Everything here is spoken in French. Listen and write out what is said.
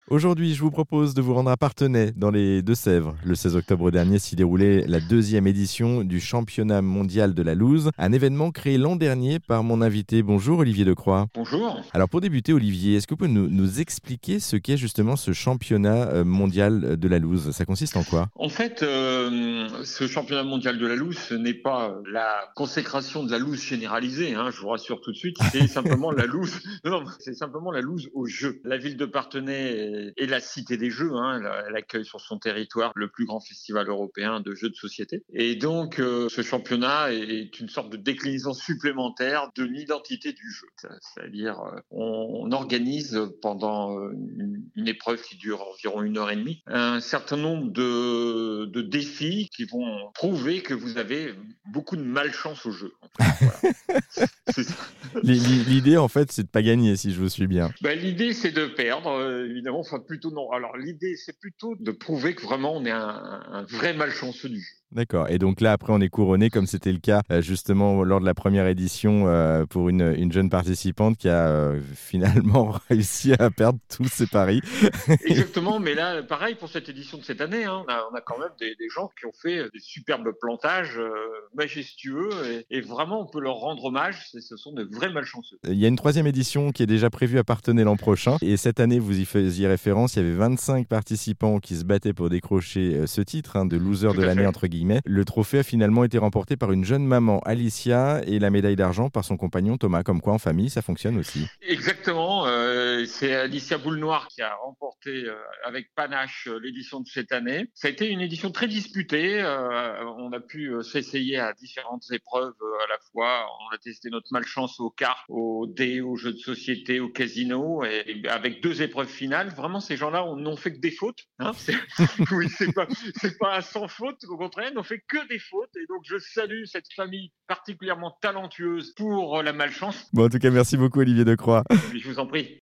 Aujourd'hui, je vous propose de vous rendre à Parthenay, dans les Deux-Sèvres. Le 16 octobre dernier s'y déroulait la deuxième édition du championnat mondial de la loose, un événement créé l'an dernier par mon invité. Bonjour Olivier Decroix. Bonjour. Alors pour débuter Olivier, est-ce que vous pouvez nous expliquer ce qu'est justement ce championnat mondial de la loose? Ça consiste en quoi? En fait, ce championnat mondial de la loose, ce n'est pas la consécration de la loose généralisée, hein, je vous rassure tout de suite, c'est simplement la loose. Non, c'est simplement la loose aux Jeux. La ville de Parthenay est la cité des Jeux, hein, elle accueille sur son territoire le plus grand festival européen de jeux de société. Et donc, ce championnat est une sorte de déclinaison supplémentaire de l'identité du jeu. C'est-à-dire, on organise pendant une épreuve qui dure environ 1 heure et demie, un certain nombre de défis qui vont prouver que vous avez beaucoup de malchance au jeu. En fait. Voilà. C'est ça. L'idée en fait, c'est de pas gagner si je vous suis bien. L'idée, c'est de perdre, évidemment. Enfin, plutôt non. Alors, l'idée, c'est plutôt de prouver que vraiment on est un vrai malchanceux du jeu. D'accord. Et donc là, après, on est couronné, comme c'était le cas justement lors de la première édition pour une jeune participante qui a finalement réussi à perdre tous ses paris. Exactement, mais là, pareil pour cette édition de cette année, hein, on a quand même des gens qui ont fait des superbes plantages majestueux et vraiment on peut leur rendre hommage, ce sont de vrais malchanceux. Il y a une troisième édition qui est déjà prévue à Parthenay l'an prochain. Et cette année, vous y faisiez référence, il y avait 25 participants qui se battaient pour décrocher ce titre de loser Tout de à l'année, fait. entre guillemets. Le trophée a finalement été remporté par une jeune maman, Alicia, et la médaille d'argent par son compagnon Thomas. Comme quoi, en famille, ça fonctionne aussi. Exactement, c'est Alicia Boule-Noire qui a remporté avec panache l'édition de cette année. Ça a été une édition très disputée, on a pu s'essayer à différentes épreuves à la fois. On a testé notre malchance aux cartes, aux dés, aux jeux de société, au casino, et avec 2 épreuves finales. Vraiment, ces gens-là n'ont fait que des fautes. Hein. Oui, c'est pas sans faute, au contraire, ils n'ont fait que des fautes. Et donc, je salue cette famille particulièrement talentueuse pour la malchance. Bon, en tout cas, merci beaucoup Olivier Decroix. Je vous en prie.